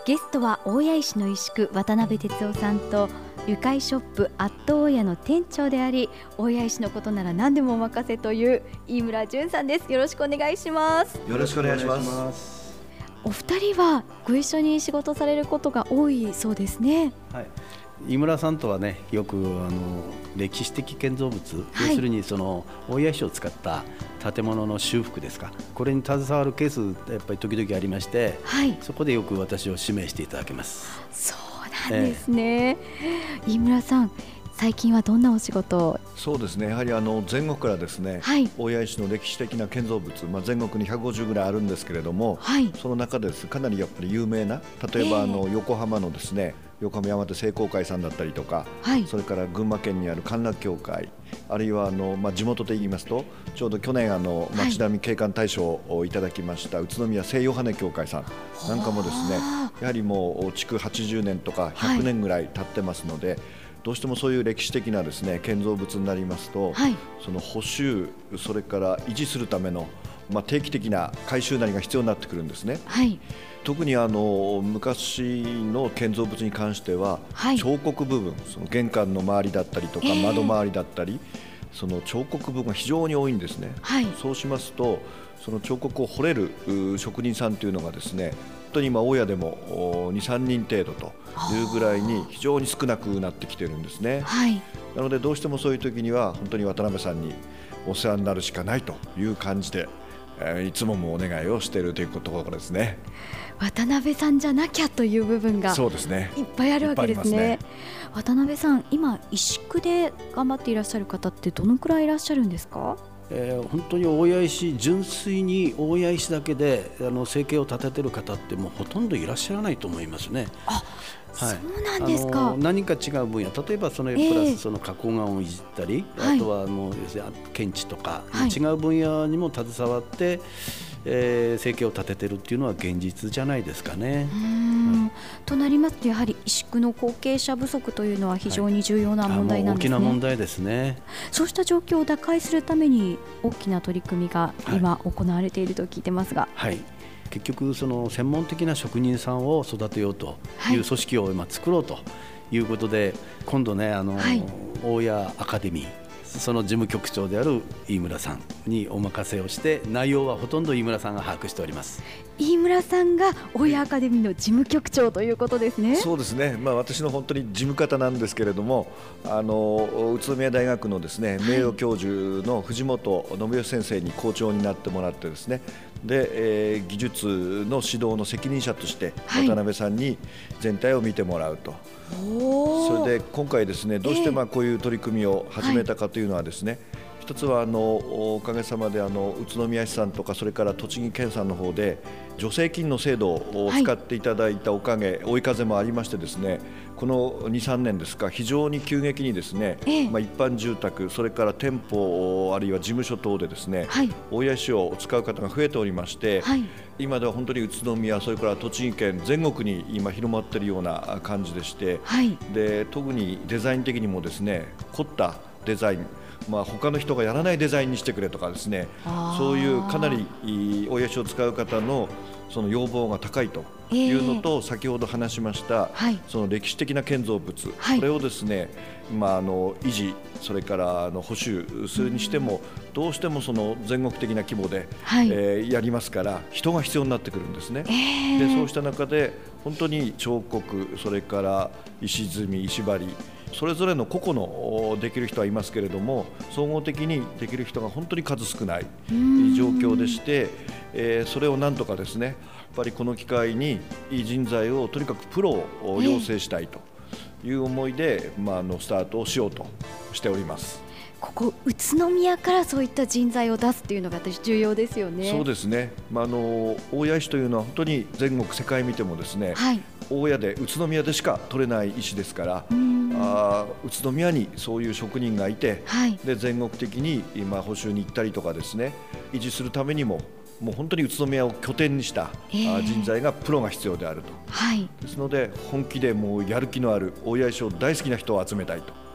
ゲストは大谷石の石工渡辺哲夫さんとゆかいショップアット大谷の店長であり、大谷石のことなら何でもお任せという飯村淳さんです。よろしくお願いします。 よろしくお願いします。 お二人はご一緒に仕事されることが多いそうですね。 はい、飯村さんとはね、よく歴史的建造物、要するにその大谷石を使った建物の修復ですか、これに携わるケースやっぱり時々ありまして、そこでよく私を指名していただけます。 そうなんですね。飯村さん、最近はどんなお仕事を？ そうですね、やはり全国からですね、大谷石の歴史的な建造物、全国に150ぐらいあるんですけれども、その中でかなりやっぱり有名な、例えば横浜のですね、横浜山手聖公会さんだったりとか、それから群馬県にある歓楽協会、あるいは地元で言いますと、ちょうど去年町並み景観大賞をいただきました宇都宮聖ヨハネ協会さんなんかもですね、やはりもう築80年とか100年ぐらい経ってますので、どうしてもそういう歴史的なですね建造物になりますと、その補修、それから維持するための定期的な改修なりが必要になってくるんですね。特に昔の建造物に関しては、彫刻部分、その玄関の周りだったりとか、窓周りだったり、その彫刻部分が非常に多いんですね。そうしますと、その彫刻を彫れる職人さんというのがですね、本当に今大谷でも2、3人程度というぐらいに非常に少なくなってきてるんですね。なのでどうしてもそういう時には本当に渡辺さんにお世話になるしかないという感じで、いつももお願いをしているというところですね。 渡辺さんじゃなきゃという部分がいっぱいあるわけですね。渡辺さん、今石工で頑張っていらっしゃる方ってどのくらいいらっしゃるんですか？ 本当に大谷石、純粋に大谷石だけで生計を立ててる方ってもうほとんどいらっしゃらないと思いますね。 そうなんですか。 何か違う分野、例えばプラスその加工岩をいじったり、あとは要するに検知とか、違う分野にも携わって、生計を立ててるっていうのは現実じゃないですかね。 となりますと、やはり石工の後継者不足というのは非常に重要な問題なんですね。 大きな問題ですね。 そうした状況を打開するために大きな取り組みが今行われていると聞いてますが、 結局その専門的な職人さんを育てようという組織を今作ろうということで、今度ね、大谷アカデミー、その事務局長である飯村さんにお任せをして、内容はほとんど飯村さんが把握しております。 飯村さんが大谷アカデミーの事務局長ということですね。 そうですね、私の本当に事務方なんですけれども、宇都宮大学のですね名誉教授の藤本信義先生に校長になってもらってですね、で、技術の指導の責任者として渡辺さんに全体を見てもらうと。それで今回ですね、どうしてこういう取り組みを始めたかというのはですね、一つはおかげさまで宇都宮市さんとか、それから栃木県さんの方で助成金の制度を使っていただいたおかげ、追い風もありましてですね、この2、3年ですか、非常に急激にですね、一般住宅、それから店舗あるいは事務所等でですね、大谷石を使う方が増えておりまして、今では本当に宇都宮、それから栃木県全国に今広まっているような感じでして、で特にデザイン的にもですね、凝ったデザイン、他の人がやらないデザインにしてくれとかですね、そういうかなり大谷石を使う方のその要望が高いというのと、先ほど話しました、その歴史的な建造物、これをですね、維持、それから補修するにしても、どうしてもその全国的な規模で、やりますから人が必要になってくるんですね。でそうした中で本当に彫刻、それから石積み、石張り、それぞれの個々のできる人はいますけれども、総合的にできる人が本当に数少ない状況でして、それをなんとかですね、やっぱりこの機会にいい人材をとにかくプロを養成したいという思いで、スタートをしようとしております。 ここ宇都宮からそういった人材を出すというのが私重要ですよね。 そうですね、大谷石というのは本当に全国世界見てもですね、大谷で宇都宮でしか取れない石ですから、宇都宮にそういう職人がいて、で全国的に今補修に行ったりとかですね、維持するためにももう本当に宇都宮を拠点にした人材がプロが必要であると、ですので本気でもうやる気のある大谷石を大好きな人を集めたいと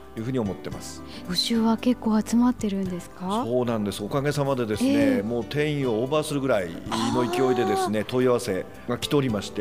いうふうに思ってます。 募集は結構集まってるんですか？ そうなんです。おかげさまでですね、もう定員をオーバーするぐらいの勢いでですね、問い合わせが来ておりまして、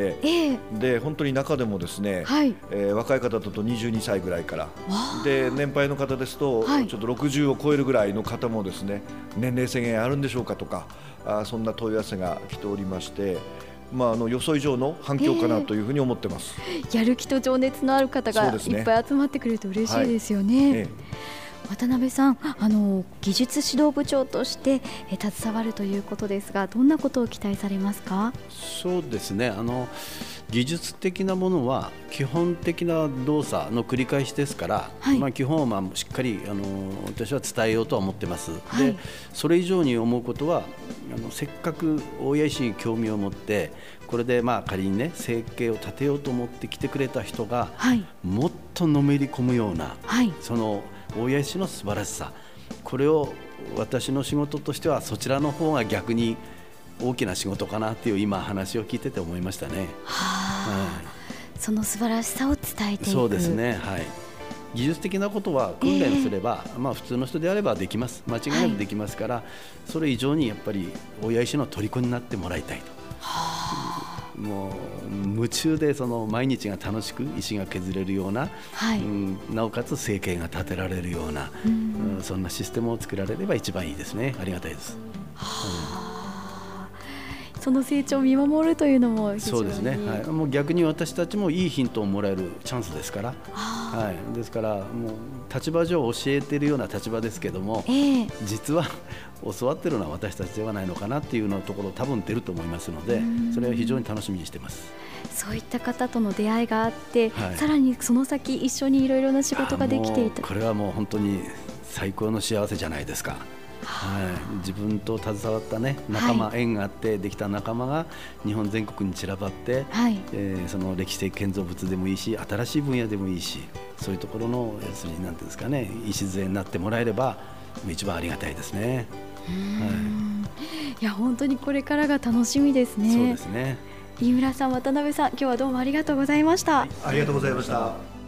で本当に中でもですね、若い方だと22歳ぐらいからで、年配の方ですと、ちょっと60を超えるぐらいの方もですね、年齢制限あるんでしょうかとか、そんな問い合わせが来ておりまして、予想以上の反響かなというふうに思ってます。 やる気と情熱のある方がいっぱい集まってくれると嬉しいですよね。渡辺さん、技術指導部長として携わるということですが、どんなことを期待されますか？ そうですね、技術的なものは基本的な動作の繰り返しですから、基本はしっかり私は伝えようとは思ってます。でそれ以上に思うことは、せっかく大谷石に興味を持って、これで仮にね生計を立てようと思って来てくれた人が、もっとのめり込むような、その大谷石の素晴らしさ、これを私の仕事としてはそちらの方が逆に大きな仕事かなっていう今話を聞いてて思いましたね。 その素晴らしさを伝えていく。 そうですね、技術的なことは訓練すれば、普通の人であればできます。間違いなくできますから、それ以上にやっぱり大谷石の虜になってもらいたいと。もう夢中でその毎日が楽しく石が削れるような、なおかつ生計が立てられるような、そんなシステムを作られれば一番いいですね。ありがたいです。 その成長を見守るというのも非常に。 そうですね、もう逆に私たちもいいヒントをもらえるチャンスですから、ですからもう立場上教えているような立場ですけども、実は教わってるのは私たちではないのかなっていうようなところ多分出ると思いますので、それは非常に楽しみにしてます。 そういった方との出会いがあって、さらにその先一緒にいろいろな仕事ができていた。 これはもう本当に最高の幸せじゃないですか。自分と携わったね仲間、縁があってできた仲間が日本全国に散らばって、その歴史的建造物でもいいし、新しい分野でもいいし、そういうところの要するに何ていうんですかね、礎になってもらえれば一番ありがたいですね。 いや本当にこれからが楽しみですね。 そうですね。 飯村さん、渡辺さん、今日はどうもありがとうございました。 ありがとうございました。